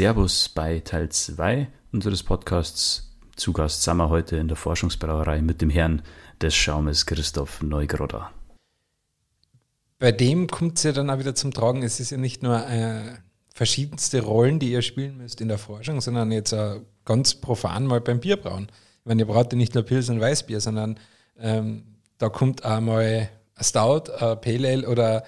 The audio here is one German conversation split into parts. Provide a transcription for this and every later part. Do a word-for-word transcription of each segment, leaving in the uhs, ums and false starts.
Servus bei Teil zwei unseres Podcasts. Zu Gast sind wir heute in der Forschungsbrauerei mit dem Herrn des Schaumes Christoph Neugrodder. Bei dem kommt es ja dann auch wieder zum Tragen, es ist ja nicht nur äh, verschiedenste Rollen, die ihr spielen müsst in der Forschung, sondern jetzt auch ganz profan mal beim Bierbrauen. Ich meine, ihr braut ja nicht nur Pils und Weißbier, sondern ähm, da kommt auch mal ein Stout, ein Pale Ale oder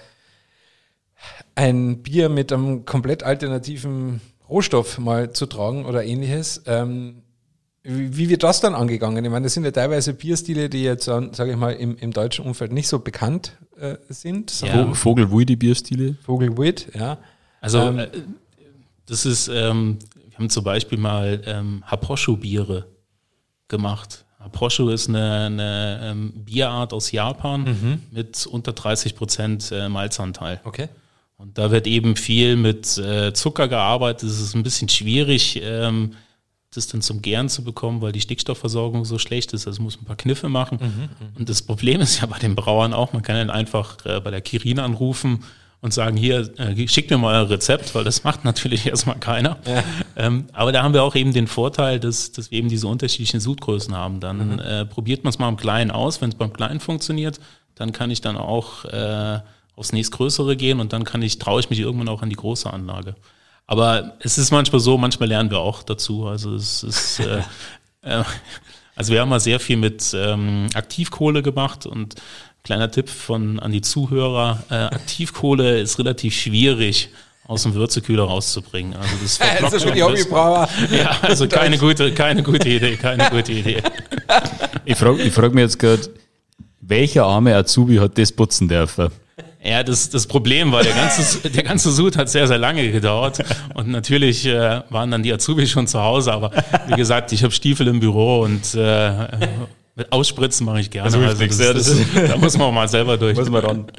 ein Bier mit einem komplett alternativen Rohstoff mal zu tragen oder ähnliches. Ähm, wie, wie wird das dann angegangen? Ich meine, das sind ja teilweise Bierstile, die jetzt, sage ich mal, im, im deutschen Umfeld nicht so bekannt äh, sind. Ja. Vogelwild Bierstile. Vogelwild, ja. Also ähm, äh, das ist, ähm, wir haben zum Beispiel mal ähm, Haposhu-Biere gemacht. Haposhu ist eine, eine ähm, Bierart aus Japan mhm. mit unter dreißig Prozent äh, Malzanteil. Okay. Und da wird eben viel mit äh, Zucker gearbeitet. Es ist ein bisschen schwierig, ähm, das dann zum Gären zu bekommen, weil die Stickstoffversorgung so schlecht ist. Also muss man ein paar Kniffe machen. Mhm, und das Problem ist ja bei den Brauern auch, man kann dann einfach äh, bei der Kirin anrufen und sagen, hier, äh, schickt mir mal ein Rezept, weil das macht natürlich erstmal keiner. Ja. Ähm, aber da haben wir auch eben den Vorteil, dass, dass wir eben diese unterschiedlichen Sudgrößen haben. Dann mhm. äh, probiert man es mal im Kleinen aus. Wenn es beim Kleinen funktioniert, dann kann ich dann auch äh, aufs nächstgrößere gehen und dann kann ich, traue ich mich irgendwann auch an die große Anlage. Aber es ist manchmal so, manchmal lernen wir auch dazu. Also es ist, äh, äh, also wir haben mal sehr viel mit ähm, Aktivkohle gemacht und kleiner Tipp von an die Zuhörer, äh, Aktivkohle ist relativ schwierig aus dem Würzekühler rauszubringen. Also das verblockt also für die Hobbybrauer. Ja, also keine gute, keine gute Idee, keine gute Idee. Ich frage ich frag mich jetzt gerade, welcher arme Azubi hat das putzen dürfen? Ja, das, das Problem war, der ganze, der ganze Sud hat sehr, sehr lange gedauert und natürlich äh, waren dann die Azubis schon zu Hause, aber wie gesagt, ich habe Stiefel im Büro und äh, mit Ausspritzen mache ich gerne. Das also das, ja, das das, da muss man auch mal selber durch. Muss man ran.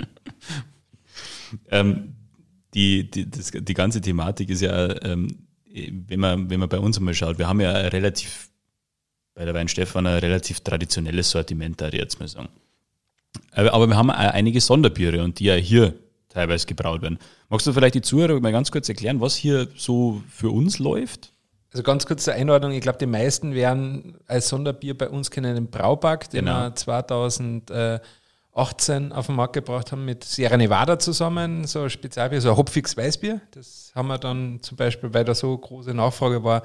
ähm, die, die, das, die ganze Thematik ist ja, ähm, wenn man, wenn man bei uns einmal schaut, wir haben ja ein relativ, bei der Weinstefan ein relativ traditionelles Sortiment, da jetzt mal sagen. Aber wir haben auch einige Sonderbiere und die ja hier teilweise gebraut werden. Magst du vielleicht die Zuhörer mal ganz kurz erklären, was hier so für uns läuft? Also ganz kurz zur Einordnung, ich glaube, die meisten werden als Sonderbier bei uns kennen den Braupack, den genau. wir zweitausendachtzehn auf den Markt gebracht haben mit Sierra Nevada zusammen, so ein Spezialbier, so ein hopfiges Weißbier. Das haben wir dann zum Beispiel, weil da so große Nachfrage war,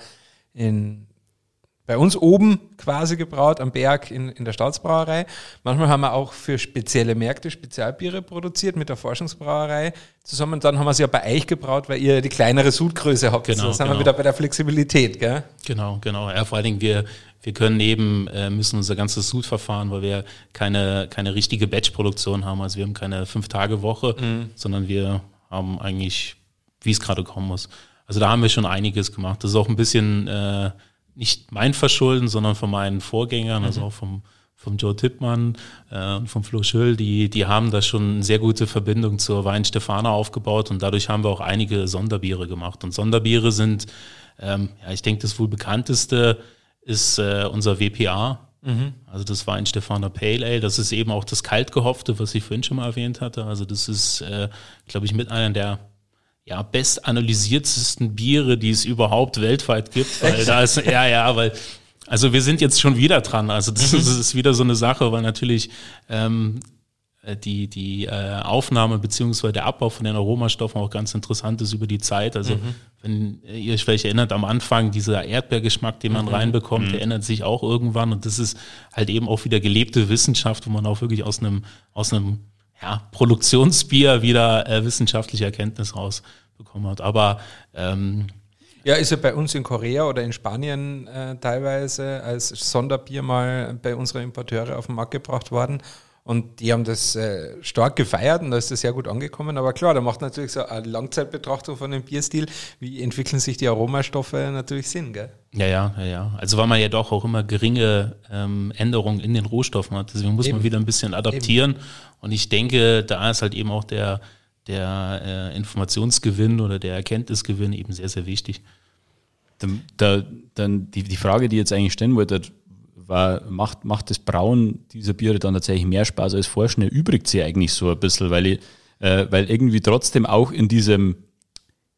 in bei uns oben quasi gebraut, am Berg in, in der Staatsbrauerei. Manchmal haben wir auch für spezielle Märkte Spezialbiere produziert mit der Forschungsbrauerei zusammen. Dann haben wir sie ja bei euch gebraut, weil ihr die kleinere Sudgröße habt. Genau, das sind genau. wir wieder bei der Flexibilität, gell? Genau, genau. Ja, vor allen Dingen, wir, wir können eben, äh, müssen unser ganzes Sudverfahren, weil wir keine, keine richtige Batch-Produktion haben. Also wir haben keine Fünf-Tage-Woche, mhm. sondern wir haben eigentlich, wie es gerade kommen muss. Also da haben wir schon einiges gemacht. Das ist auch ein bisschen äh, nicht mein Verschulden, sondern von meinen Vorgängern, mhm. also auch vom, vom Joe Tippmann äh, und vom Flo Schüll, die, die haben da schon eine sehr gute Verbindung zur Weinstefana aufgebaut und dadurch haben wir auch einige Sonderbiere gemacht. Und Sonderbiere sind, ähm, ja, ich denke, das wohl bekannteste ist äh, unser W P A, mhm. also das Weinstefana Pale Ale. Das ist eben auch das Kaltgehoffte, was ich vorhin schon mal erwähnt hatte. Also das ist, äh, glaube ich, mit einer der ja, bestanalysiertesten Biere, die es überhaupt weltweit gibt, weil da ist, ja, ja, weil, also wir sind jetzt schon wieder dran, also das, mhm. ist, das ist wieder so eine Sache, weil natürlich ähm, die, die äh, Aufnahme beziehungsweise der Abbau von den Aromastoffen auch ganz interessant ist über die Zeit, also mhm. wenn ihr euch vielleicht erinnert, am Anfang dieser Erdbeergeschmack, den man mhm. reinbekommt, mhm. der ändert sich auch irgendwann und das ist halt eben auch wieder gelebte Wissenschaft, wo man auch wirklich aus einem, aus einem ja, Produktionsbier wieder äh, wissenschaftliche Erkenntnis rausbekommen hat. Aber ähm, ja, ist ja bei uns in Korea oder in Spanien äh, teilweise als Sonderbier mal bei unseren Importeure auf den Markt gebracht worden. Und die haben das äh, stark gefeiert und da ist das sehr gut angekommen. Aber klar, da macht natürlich so eine Langzeitbetrachtung von dem Bierstil, wie entwickeln sich die Aromastoffe, natürlich Sinn, gell? Ja, ja, ja, ja. Also weil man ja doch auch immer geringe ähm, Änderungen in den Rohstoffen hat. Deswegen muss eben. man wieder ein bisschen adaptieren. Eben. Und ich denke, da ist halt eben auch der, der äh, Informationsgewinn oder der Erkenntnisgewinn eben sehr, sehr wichtig. Dann, da, dann die, die Frage, die ich jetzt eigentlich stellen wollte, war, macht, macht das Brauen dieser Biere dann tatsächlich mehr Spaß als Forschen? Erübrigt sie eigentlich so ein bisschen, weil, ich, äh, weil irgendwie trotzdem auch in diesem,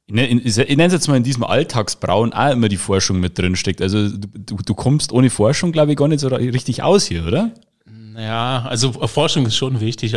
ich nenne es jetzt mal in diesem Alltagsbrauen auch immer die Forschung mit drin steckt. Also du, du kommst ohne Forschung, glaube ich, gar nicht so richtig aus hier, oder? Ja, also Forschung ist schon wichtig.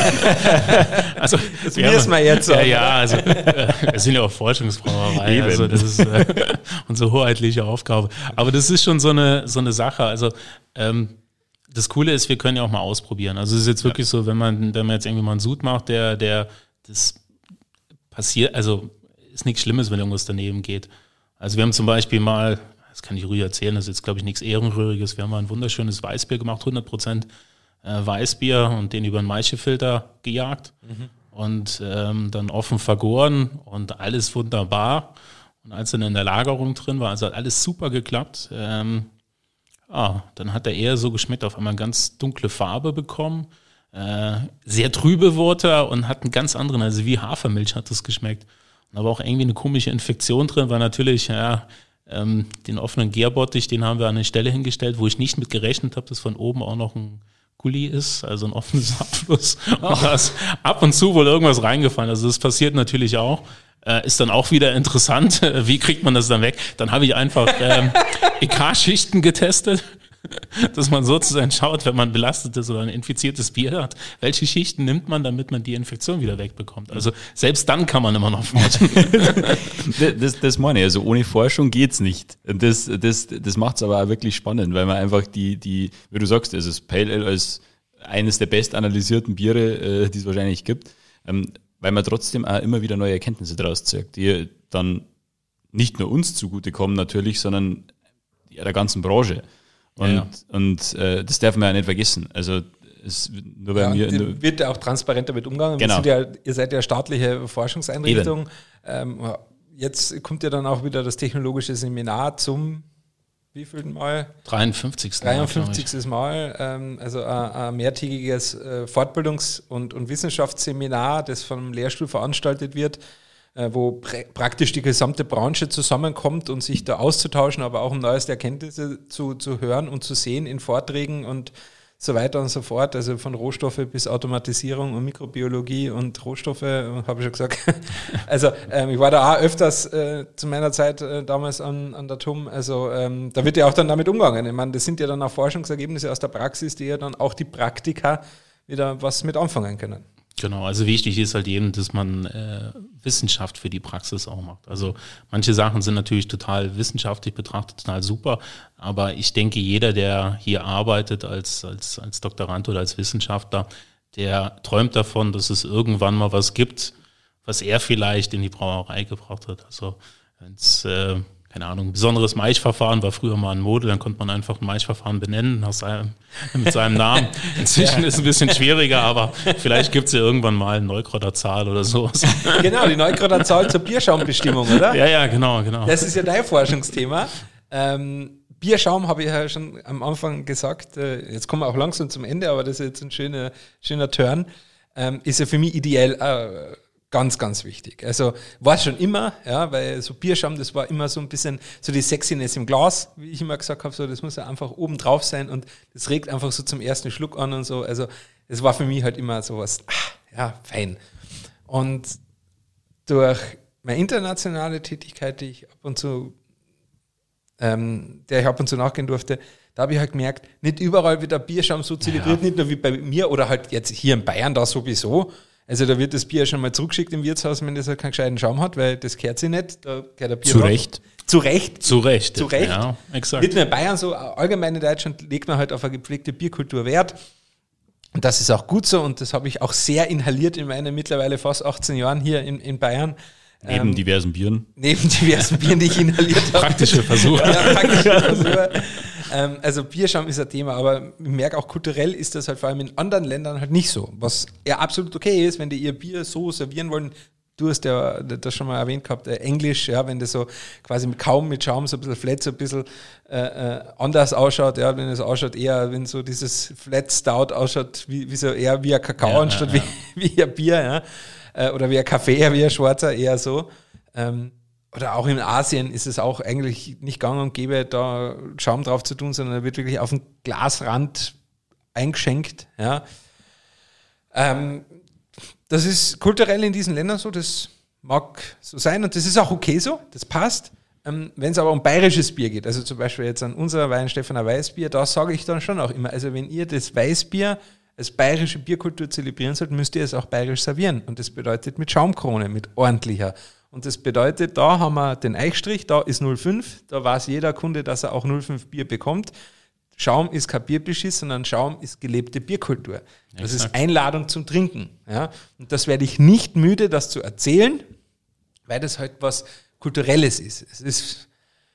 Also, das wissen wir jetzt so. Ja, ja, also wir sind ja auch Forschungsbrauerei, also das ist äh, unsere hoheitliche Aufgabe. Aber das ist schon so eine so eine Sache. Also ähm, das Coole ist, wir können ja auch mal ausprobieren. Also es ist jetzt wirklich ja. so, wenn man wenn man jetzt irgendwie mal einen Sud macht, der der das passiert, also ist nichts Schlimmes, wenn irgendwas daneben geht. Also wir haben zum Beispiel mal, das kann ich ruhig erzählen, das ist jetzt, glaube ich, nichts Ehrenrühriges. Wir haben mal ein wunderschönes Weißbier gemacht, hundert Prozent äh, Weißbier und den über einen Maischefilter gejagt mhm. und ähm, dann offen vergoren und alles wunderbar. Und als dann in der Lagerung drin war, also hat alles super geklappt. Ähm, ah, dann hat er eher so geschmeckt, auf einmal eine ganz dunkle Farbe bekommen. Äh, sehr trübe wurde er und hat einen ganz anderen, also wie Hafermilch hat das geschmeckt. Und aber auch irgendwie eine komische Infektion drin, weil natürlich, ja, ähm, den offenen Gärbottich, den haben wir an eine Stelle hingestellt, wo ich nicht mit gerechnet habe, dass von oben auch noch ein Gully ist, also ein offenes Abfluss. Und da ist ab und zu wohl irgendwas reingefallen. Also das passiert natürlich auch. Äh, ist dann auch wieder interessant. Wie kriegt man das dann weg? Dann habe ich einfach ähm, E K-Schichten getestet, dass man sozusagen schaut, wenn man belastetes oder ein infiziertes Bier hat, welche Schichten nimmt man, damit man die Infektion wieder wegbekommt. Also selbst dann kann man immer noch forschen. das, das meine ich, also ohne Forschung geht's nicht. Und das, das, das macht es aber auch wirklich spannend, weil man einfach die, die, wie du sagst, also das Pale Ale als eines der bestanalysierten Biere, äh, die es wahrscheinlich gibt, ähm, weil man trotzdem auch immer wieder neue Erkenntnisse draus zieht, die dann nicht nur uns zugutekommen natürlich, sondern der ganzen Branche. Und, ja, ja. und äh, das darf man ja nicht vergessen. Also es, nur bei ja, mir wird ja auch transparent damit umgegangen. Genau. Wir sind ja, ihr seid ja staatliche Forschungseinrichtung. Ähm, jetzt kommt ja dann auch wieder das technologische Seminar zum wievielten Mal? dreiundfünfzigsten dreiundfünfzigsten Mal. Ähm, also ein, ein mehrtägiges äh, Fortbildungs- und, und Wissenschaftsseminar, das vom Lehrstuhl veranstaltet wird, wo pr- praktisch die gesamte Branche zusammenkommt und sich da auszutauschen, aber auch um neueste Erkenntnisse zu, zu hören und zu sehen in Vorträgen und so weiter und so fort, also von Rohstoffe bis Automatisierung und Mikrobiologie und Rohstoffe, habe ich schon gesagt. Also ähm, ich war da auch öfters äh, zu meiner Zeit äh, damals an, an der T U M, also ähm, da wird ja auch dann damit umgegangen. Ich meine, das sind ja dann auch Forschungsergebnisse aus der Praxis, die ja dann auch die Praktiker wieder was mit anfangen können. Genau, also wichtig ist halt eben, dass man äh, Wissenschaft für die Praxis auch macht. Also manche Sachen sind natürlich total wissenschaftlich betrachtet, total super, aber ich denke, jeder, der hier arbeitet als, als, als Doktorand oder als Wissenschaftler, der träumt davon, dass es irgendwann mal was gibt, was er vielleicht in die Brauerei gebracht hat. Also wenn es äh, keine Ahnung, ein besonderes Maischverfahren war früher mal ein Mode, dann konnte man einfach ein Maischverfahren benennen nach seinem, mit seinem Namen. Inzwischen ja. ist es ein bisschen schwieriger, aber vielleicht gibt es ja irgendwann mal eine Neukräuter Zahl oder sowas. Genau, die Neukräuter Zahl zur Bierschaumbestimmung, oder? Ja, ja, genau, genau. Das ist ja dein Forschungsthema. Ähm, Bierschaum habe ich ja schon am Anfang gesagt, äh, jetzt kommen wir auch langsam zum Ende, aber das ist jetzt ein schöner, schöner Turn, ähm, ist ja für mich ideell äh, ganz, ganz wichtig. Also war es schon immer, ja, weil so Bierschaum, das war immer so ein bisschen so die Sexiness im Glas, wie ich immer gesagt habe, so das muss ja einfach oben drauf sein und das regt einfach so zum ersten Schluck an und so. Also das war für mich halt immer sowas, ach, ja, fein. Und durch meine internationale Tätigkeit, die ich ab und zu, ähm, der ich ab und zu nachgehen durfte, da habe ich halt gemerkt, nicht überall wird der Bierschaum so zelebriert, ja. nicht nur wie bei mir oder halt jetzt hier in Bayern da sowieso. Also da wird das Bier schon mal zurückgeschickt im Wirtshaus, wenn das halt keinen gescheiten Schaum hat, weil das kehrt sich nicht. Da kehrt der Bier Zu Recht. Zu Recht. Zu Recht. Zu Recht. Ja, exakt. Nicht nur in Bayern so, allgemein in Deutschland legt man halt auf eine gepflegte Bierkultur Wert. Und das ist auch gut so und das habe ich auch sehr inhaliert in meinen mittlerweile fast achtzehn Jahren hier in, in Bayern. Neben ähm, diversen Bieren. Neben diversen Bieren, die ich inhaliert habe. Praktische Versuche. Ja, praktische Versuche. ähm, also Bierschaum ist ein Thema, aber ich merke auch kulturell ist das halt vor allem in anderen Ländern halt nicht so. Was ja absolut okay ist, wenn die ihr Bier so servieren wollen. Du hast ja das schon mal erwähnt gehabt, äh, Englisch, ja, wenn das so quasi mit, kaum mit Schaum so ein bisschen flat, so ein bisschen äh, äh, anders ausschaut, ja, wenn es ausschaut eher, wenn so dieses Flat Stout ausschaut, wie, wie so eher wie ein Kakao ja, anstatt ja, ja. Wie, wie ein Bier, ja. Oder wie ein Kaffee, wie ein Schwarzer, eher so. Ähm, oder auch in Asien ist es auch eigentlich nicht gang und gäbe, da Schaum drauf zu tun, sondern er wird wirklich auf den Glasrand eingeschenkt. Ja. Ähm, das ist kulturell in diesen Ländern so, das mag so sein und das ist auch okay so, das passt. Ähm, wenn es aber um bayerisches Bier geht, also zum Beispiel jetzt an unser Weihenstephaner Weißbier, da sage ich dann schon auch immer, also wenn ihr das Weißbier als bayerische Bierkultur zelebrieren sollt, müsst ihr es auch bayerisch servieren. Und das bedeutet mit Schaumkrone, mit ordentlicher. Und das bedeutet, da haben wir den Eichstrich, da ist null Komma fünf, da weiß jeder Kunde, dass er auch null Komma fünf Bier bekommt. Schaum ist kein Bierbeschiss, sondern Schaum ist gelebte Bierkultur. Das Exakt. Ist Einladung zum Trinken. Ja? Und das werde ich nicht müde, das zu erzählen, weil das halt was Kulturelles ist. Es ist,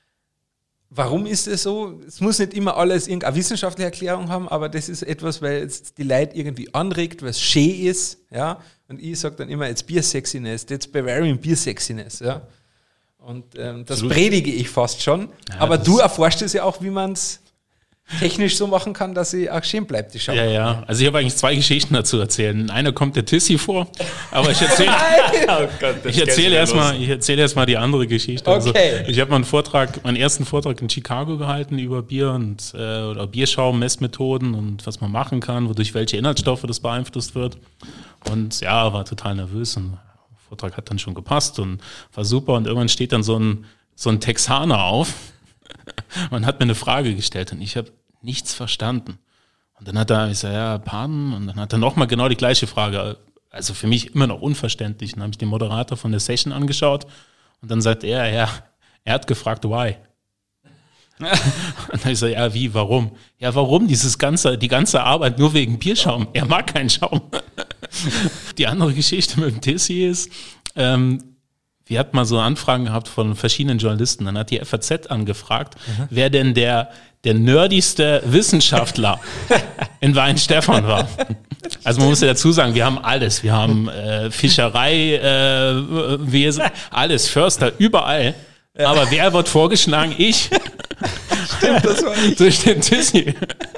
warum ist es so? Es muss nicht immer alles irgendeine wissenschaftliche Erklärung haben, aber das ist etwas, weil es die Leute irgendwie anregt, was schön ist. Ja? Und ich sage dann immer, it's Beer Sexiness, that's Bavarian Beer Sexiness. Ja? Und ähm, das Absolut. Predige ich fast schon. Ja, aber du erforschst es ja auch, wie man es technisch so machen kann, dass sie auch schön bleibt, die Schau. Ja, ja. Also ich habe eigentlich zwei Geschichten dazu erzählen. In einer kommt der Tissi vor, aber ich erzähle oh ich erzähle erstmal, ich erzähle erstmal die andere Geschichte. Also okay. Ich habe mal einen Vortrag, meinen ersten Vortrag in Chicago gehalten über Bier und äh, oder Bierschaum, Messmethoden und was man machen kann, wodurch welche Inhaltsstoffe das beeinflusst wird. Und ja, war total nervös und der Vortrag hat dann schon gepasst und war super und irgendwann steht dann so ein so ein Texaner auf. Man hat mir eine Frage gestellt und ich habe nichts verstanden. Und dann hat er, ich sage, ja, pardon, und dann hat er nochmal genau die gleiche Frage. Also für mich immer noch unverständlich. Dann habe ich den Moderator von der Session angeschaut und dann sagt er, ja, er hat gefragt, why? Und dann habe ich gesagt, ja, wie, warum? Ja, warum dieses ganze, die ganze Arbeit nur wegen Bierschaum? Er mag keinen Schaum. Die andere Geschichte mit dem Tissi ist, ähm, wir hatten mal so Anfragen gehabt von verschiedenen Journalisten. Dann hat die F A Z angefragt, mhm. wer denn der, der nerdigste Wissenschaftler in Weihenstephan war. Also man muss ja dazu sagen, wir haben alles. Wir haben äh, Fischerei, äh, Wesen, alles, Förster, überall. Ja. Aber wer wird vorgeschlagen? Ich. Stimmt, das war ich. Durch den Tissi.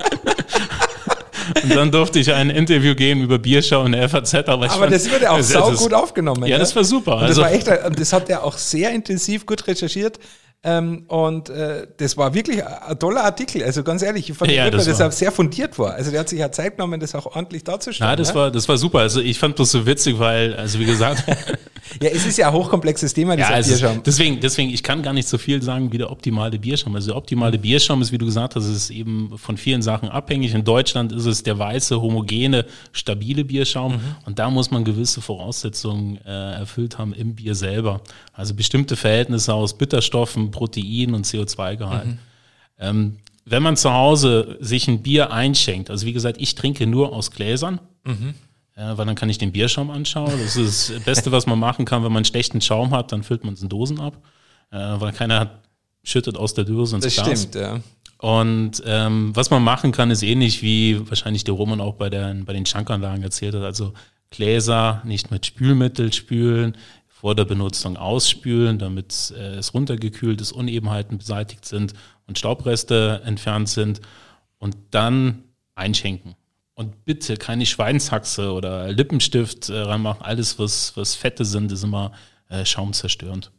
Und dann durfte ich ein Interview geben über Bierschau in der F A Z. Aber, ich aber fand, das wurde auch sau gut aufgenommen. Ja, das war super. Und das also, war echt, das hat er auch sehr intensiv gut recherchiert. Ähm, und äh, das war wirklich ein toller Artikel. Also ganz ehrlich, ich fand, ja, wirklich, das dass er sehr fundiert war. Also der hat sich ja Zeit genommen, das auch ordentlich darzustellen. Ja, das ne? war, das war super. Also ich fand das so witzig, weil, also wie gesagt. Ja, es ist ja ein hochkomplexes Thema, dieser ja, Bierschaum. Ist, deswegen, deswegen, ich kann gar nicht so viel sagen wie der optimale Bierschaum. Also der optimale Bierschaum ist, wie du gesagt hast, ist eben von vielen Sachen abhängig. In Deutschland ist es der weiße, homogene, stabile Bierschaum. Mhm. Und da muss man gewisse Voraussetzungen äh, erfüllt haben im Bier selber. Also bestimmte Verhältnisse aus Bitterstoffen, Protein und C O zwei Gehalt. Mhm. Ähm, wenn man zu Hause sich ein Bier einschenkt, also wie gesagt, ich trinke nur aus Gläsern, mhm. Ja, weil dann kann ich den Bierschaum anschauen. Das ist das Beste, was man machen kann, wenn man einen schlechten Schaum hat, dann füllt man es in Dosen ab, äh, weil keiner hat, schüttet aus der Dose ins das Glas. Stimmt, ja. Und ähm, was man machen kann, ist ähnlich wie wahrscheinlich der Roman auch bei, der, bei den Schankanlagen erzählt hat. Also Gläser nicht mit Spülmittel spülen, vor der Benutzung ausspülen, damit äh, es runtergekühlt ist, Unebenheiten beseitigt sind und Staubreste entfernt sind und dann einschenken. Und bitte keine Schweinshaxe oder Lippenstift äh, reinmachen. Alles, was, was Fette sind, ist immer äh, schaumzerstörend.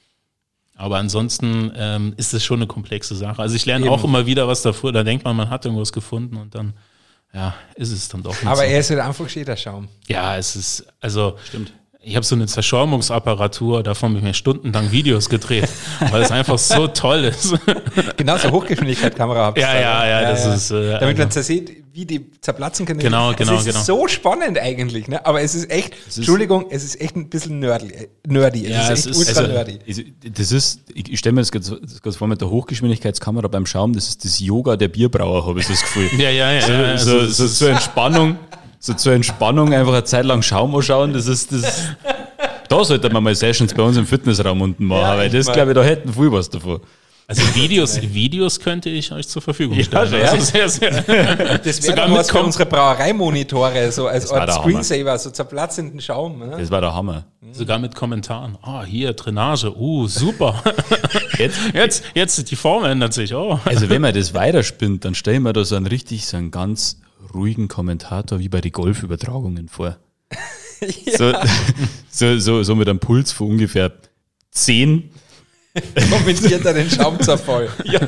Aber ansonsten ähm, ist es schon eine komplexe Sache. Also ich lerne Eben. auch immer wieder was davor. Da denkt man, man hat irgendwas gefunden und dann ja, ist es dann doch nicht Aber so. er ist halt einfach schön, Schaum. Ja, es ist, also stimmt. Ich habe so eine Zerschäumungsapparatur, davon habe ich mir stundenlang Videos gedreht, weil es einfach so toll ist. Genau, so Hochgeschwindigkeitskamera habt ihr. Ja, ja, ja, das ja. ist. Äh, Damit man zerseht, wie die zerplatzen können. Genau, genau, also es genau. ist so spannend eigentlich, ne? Aber es ist echt, es ist, Entschuldigung, es ist echt ein bisschen nerdy. nerdy. Ja, es ist echt es ist, ultra also, nerdy. Das ist, ich stelle mir das ganz vor mit der Hochgeschwindigkeitskamera beim Schaum, das ist das Yoga der Bierbrauer, habe ich so das Gefühl. ja, ja, ja. So, ja so, also, so zur Entspannung, so zur Entspannung einfach eine Zeit lang Schaum anschauen, das ist das. Da sollte man mal Sessions bei uns im Fitnessraum unten machen, ja, weil das, glaube ich, da hätten viel was davon. Also Videos, Videos könnte ich euch zur Verfügung stellen. Ja, also sehr, sehr das wäre dann was für unsere Brauereimonitore, so als Art Screensaver, so zerplatzenden Schaum. Ne? Das war der Hammer. Sogar mit Kommentaren. Ah, oh, hier, Drainage, uh, super. jetzt, jetzt, jetzt, die Form ändert sich. Oh. Also wenn man das weiterspinnt, dann stellen wir da so einen richtig, so einen ganz ruhigen Kommentator wie bei den Golfübertragungen vor. Ja. So, so, so, so mit einem Puls von ungefähr zehn. Kommentiert er den Schaumzerfall. Ja,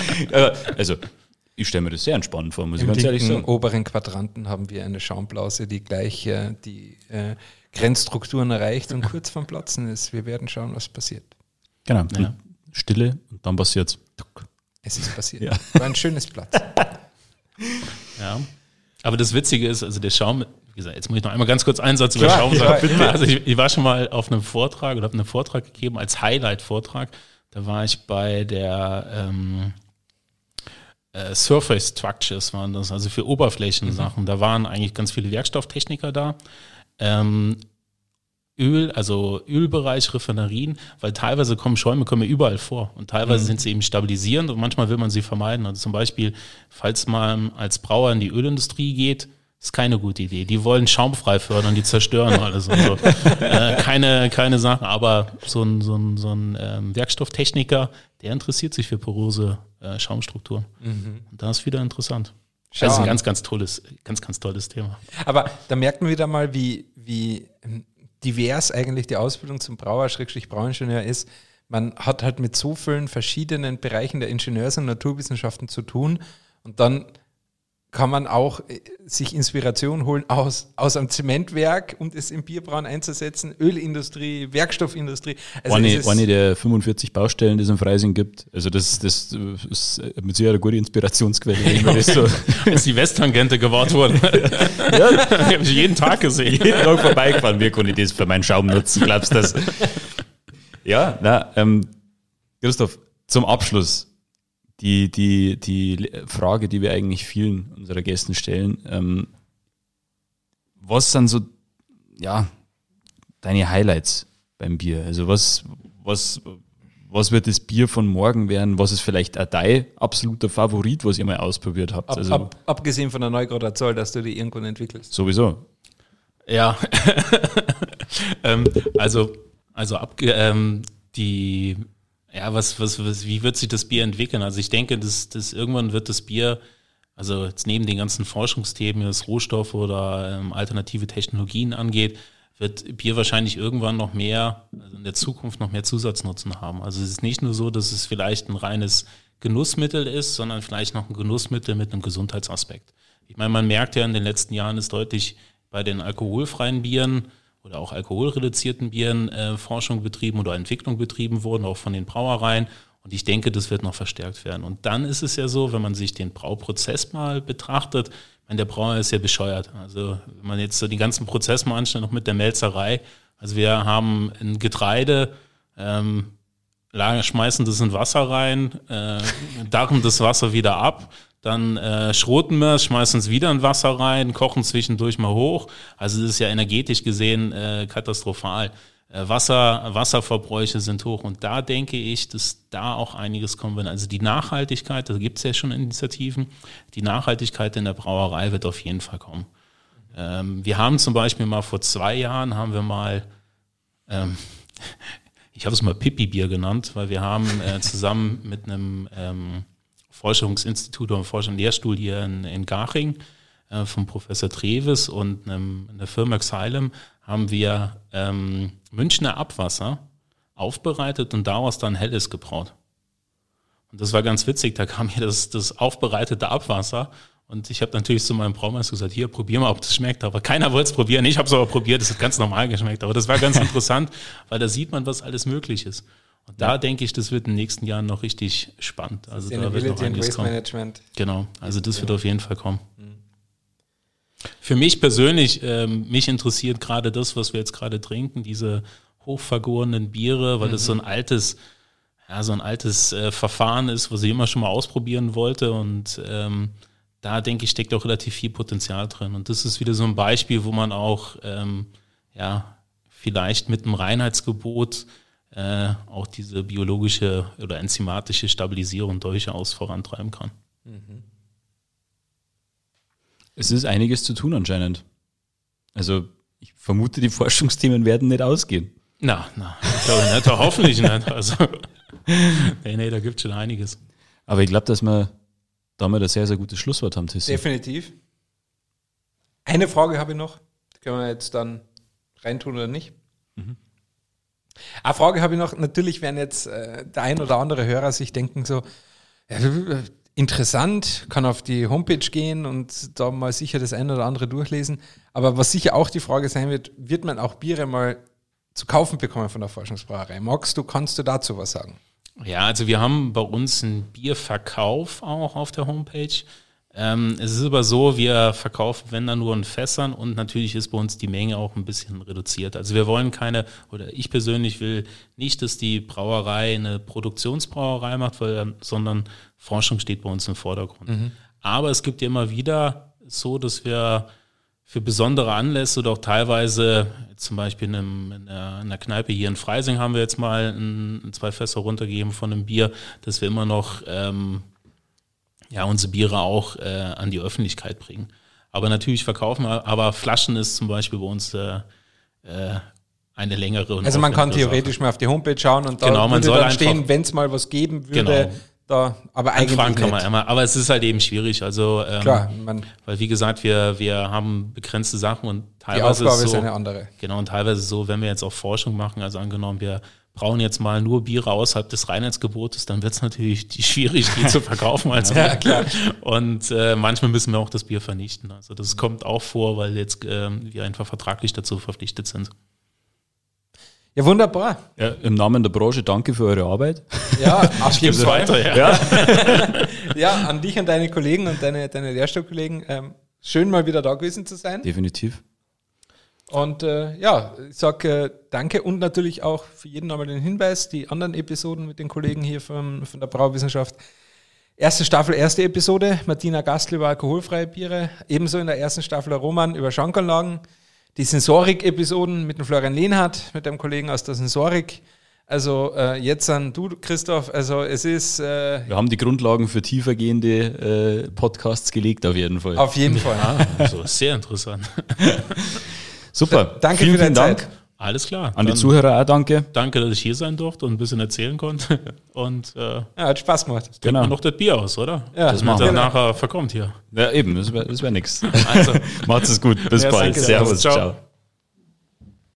also ich stelle mir das sehr entspannend vor, muss Im ich ganz ehrlich sagen. Im oberen Quadranten haben wir eine Schaumblase, die gleich äh, die äh, Grenzstrukturen erreicht und kurz vorm Platzen ist. Wir werden schauen, was passiert. Genau. Ja. Stille und dann passiert's. Es ist passiert. Ja. War ein schönes Platz. Ja. Aber das Witzige ist, also der Schaum, wie gesagt, jetzt muss ich noch einmal ganz kurz einen Satz Klar, über Schaum ja, sagen. ja. Also ich, ich war schon mal auf einem Vortrag oder habe einen Vortrag gegeben als Highlight-Vortrag. Da war ich bei der ähm, äh, Surface Structures waren das, also für Oberflächensachen. Mhm. Da waren eigentlich ganz viele Werkstofftechniker da. Ähm, Öl, also Ölbereich, Raffinerien, weil teilweise kommen Schäume kommen ja überall vor und teilweise mhm. sind sie eben stabilisierend und manchmal will man sie vermeiden. Also zum Beispiel, falls man als Brauer in die Ölindustrie geht, ist keine gute Idee. Die wollen schaumfrei fördern, die zerstören alles und so. äh, keine, keine Sachen, aber so ein, so ein, so ein ähm, Werkstofftechniker, der interessiert sich für porose äh, Schaumstrukturen. Mhm. Und das ist wieder interessant. Schau das ist ein an. ganz, ganz tolles, ganz, ganz tolles Thema. Aber da merkt man wieder mal, wie, wie divers eigentlich die Ausbildung zum Brauer, Schrägstrich Brauingenieur ist. Man hat halt mit so vielen verschiedenen Bereichen der Ingenieurs- und Naturwissenschaften zu tun und dann kann man auch sich Inspiration holen aus, aus einem Zementwerk, um das im Bierbrauen einzusetzen, Ölindustrie, Werkstoffindustrie. Also eine, es ist eine der fünfundvierzig Baustellen, die es in Freising gibt. Also das, das ist mit Sicherheit eine gute Inspirationsquelle. Wenn man das so Als die Westtangente gebaut wurde. ja, habe ich jeden Tag gesehen. jeden Tag vorbeigefahren. Wie kann ich das für meinen Schaum nutzen? Glaubst du das? Ja, na, ähm, Christoph, zum Abschluss. Die, die, die Frage, die wir eigentlich vielen unserer Gästen stellen, ähm, was sind so, ja, deine Highlights beim Bier? Also was, was, was wird das Bier von morgen werden? Was ist vielleicht auch dein absoluter Favorit, was ihr mal ausprobiert habt? ab, Also ab, abgesehen von der Neugrader Zoll, dass du die irgendwann entwickelst. sowieso. Ja, ähm, also, also ab, ähm, die Ja, was, was, was, wie wird sich das Bier entwickeln? Also ich denke, dass, dass irgendwann wird das Bier, also jetzt neben den ganzen Forschungsthemen, was Rohstoffe oder ähm, alternative Technologien angeht, wird Bier wahrscheinlich irgendwann noch mehr, also in der Zukunft noch mehr Zusatznutzen haben. Also es ist nicht nur so, dass es vielleicht ein reines Genussmittel ist, sondern vielleicht noch ein Genussmittel mit einem Gesundheitsaspekt. Ich meine, man merkt ja in den letzten Jahren ist deutlich bei den alkoholfreien Bieren oder auch alkoholreduzierten Bieren äh, Forschung betrieben oder Entwicklung betrieben wurden, auch von den Brauereien. Und ich denke, das wird noch verstärkt werden. Und dann ist es ja so, wenn man sich den Brauprozess mal betrachtet, ich meine, der Brauer ist ja bescheuert. Also wenn man jetzt so den ganzen Prozess mal anschaut, noch mit der Melzerei. Also wir haben ein Getreide, ähm, schmeißen das in Wasser rein, äh, darren das Wasser wieder ab, dann äh, schroten wir es, schmeißen es wieder in Wasser rein, kochen zwischendurch mal hoch. Also das ist ja energetisch gesehen äh, katastrophal. Äh, Wasser, Wasserverbräuche sind hoch und da denke ich, dass da auch einiges kommen wird. Also die Nachhaltigkeit, da gibt es ja schon Initiativen, die Nachhaltigkeit in der Brauerei wird auf jeden Fall kommen. Ähm, wir haben zum Beispiel mal vor zwei Jahren, haben wir mal, ähm, ich habe es mal Pipi-Bier genannt, weil wir haben äh, zusammen mit einem ähm, Forschungsinstitut oder Forschung- und Lehrstuhl hier in, in Garching äh, vom Professor Treves und einem, einer Firma Xylem haben wir ähm, Münchner Abwasser aufbereitet und daraus dann Helles gebraut. Und das war ganz witzig, da kam hier das, das aufbereitete Abwasser und ich habe natürlich zu meinem Braumeister gesagt, hier, probier mal, ob das schmeckt. Aber keiner wollte es probieren. Ich habe es aber probiert, es hat ganz normal geschmeckt. Aber das war ganz interessant, weil da sieht man, was alles möglich ist. Und da denke ich, das wird in den nächsten Jahren noch richtig spannend. Also da wird noch einiges kommen. Management. Genau, also das wird auf jeden Fall kommen. Mhm. Für mich persönlich, ähm, mich interessiert gerade das, was wir jetzt gerade trinken, diese hochvergorenen Biere, weil mhm. das so ein altes, ja, so ein altes äh, Verfahren ist, was ich immer schon mal ausprobieren wollte und ähm, da denke ich, steckt auch relativ viel Potenzial drin. Und das ist wieder so ein Beispiel, wo man auch ähm, ja, vielleicht mit einem Reinheitsgebot äh, auch diese biologische oder enzymatische Stabilisierung durchaus vorantreiben kann. Mhm. Es ist einiges zu tun anscheinend. Also ich vermute, die Forschungsthemen werden nicht ausgehen. Na, na, ich glaube nicht, hoffentlich nicht. Also, nee, nee, da gibt es schon einiges. Aber ich glaube, dass wir damit ein sehr, sehr gutes Schlusswort haben, Tissi. Definitiv. Eine Frage habe ich noch. Die können wir jetzt dann reintun oder nicht. Mhm. Eine Frage habe ich noch. Natürlich werden jetzt äh, der ein oder andere Hörer sich denken so, ja, interessant, kann auf die Homepage gehen und da mal sicher das eine oder andere durchlesen. Aber was sicher auch die Frage sein wird, wird man auch Biere mal zu kaufen bekommen von der Forschungsbrauerei? Magst du, kannst du dazu was sagen? Ja, also wir haben bei uns einen Bierverkauf auch auf der Homepage. Ähm, es ist aber so, wir verkaufen, wenn dann nur in Fässern und natürlich ist bei uns die Menge auch ein bisschen reduziert. Also wir wollen keine, oder ich persönlich will nicht, dass die Brauerei eine Produktionsbrauerei macht, weil, sondern Forschung steht bei uns im Vordergrund. Mhm. Aber es gibt ja immer wieder so, dass wir für besondere Anlässe oder auch teilweise, zum Beispiel in, einem, in, einer, in einer Kneipe hier in Freising haben wir jetzt mal ein, zwei Fässer runtergegeben von einem Bier, dass wir immer noch ähm, ja, unsere Biere auch äh, an die Öffentlichkeit bringen. Aber natürlich verkaufen wir, aber Flaschen ist zum Beispiel bei uns äh, äh, eine längere und also man kann theoretisch Sache. mal auf die Homepage schauen und da genau, man würde soll dann stehen, wenn es mal was geben würde, genau. da, aber eigentlich Anfragen kann man nicht. immer, aber es ist halt eben schwierig, also ähm, Klar, man, weil wie gesagt, wir, wir haben begrenzte Sachen und die teilweise Aufgabe ist, so, ist eine andere. Genau, und teilweise so, wenn wir jetzt auch Forschung machen, also angenommen, wir brauchen jetzt mal nur Biere außerhalb des Reinheitsgebotes, dann wird es natürlich die schwierig, die zu verkaufen. Also ja, klar. Und äh, manchmal müssen wir auch das Bier vernichten. Also das kommt auch vor, weil jetzt äh, wir einfach vertraglich dazu verpflichtet sind. Ja, wunderbar. Ja, im Namen der Branche danke für eure Arbeit. Ja, auf jeden Fall. Weiter, ja. Ja. Ja, an dich und deine Kollegen und deine, deine Lehrstuhlkollegen. Ähm, schön mal wieder da gewesen zu sein. Definitiv. Und äh, ja, ich sage äh, danke und natürlich auch für jeden nochmal den Hinweis, die anderen Episoden mit den Kollegen hier von, von der Brauwissenschaft. Erste Staffel, erste Episode, Martina Gastl über alkoholfreie Biere. Ebenso in der ersten Staffel der Roman über Schankanlagen. Die Sensorik-Episoden mit dem Florian Lehnhardt, mit dem Kollegen aus der Sensorik. Also äh, jetzt an du, Christoph, also es ist... Äh, Wir haben die Grundlagen für tiefergehende äh, Podcasts gelegt, auf jeden Fall. Auf jeden Fall. Ja, also sehr interessant. Super, danke vielen, für deine vielen Dank. Zeit. Alles klar. An die Dann Zuhörer auch danke. danke, dass ich hier sein durfte und ein bisschen erzählen konnte. Und äh, Ja, hat Spaß gemacht. trinken Genau. wir noch das Bier aus, oder? Ja, das machen wird wir. dann nachher verkommt hier. Ja, eben, das wäre das wär nix. Also, Macht's es gut, bis Ja, bald. danke. Servus, Ciao. ciao.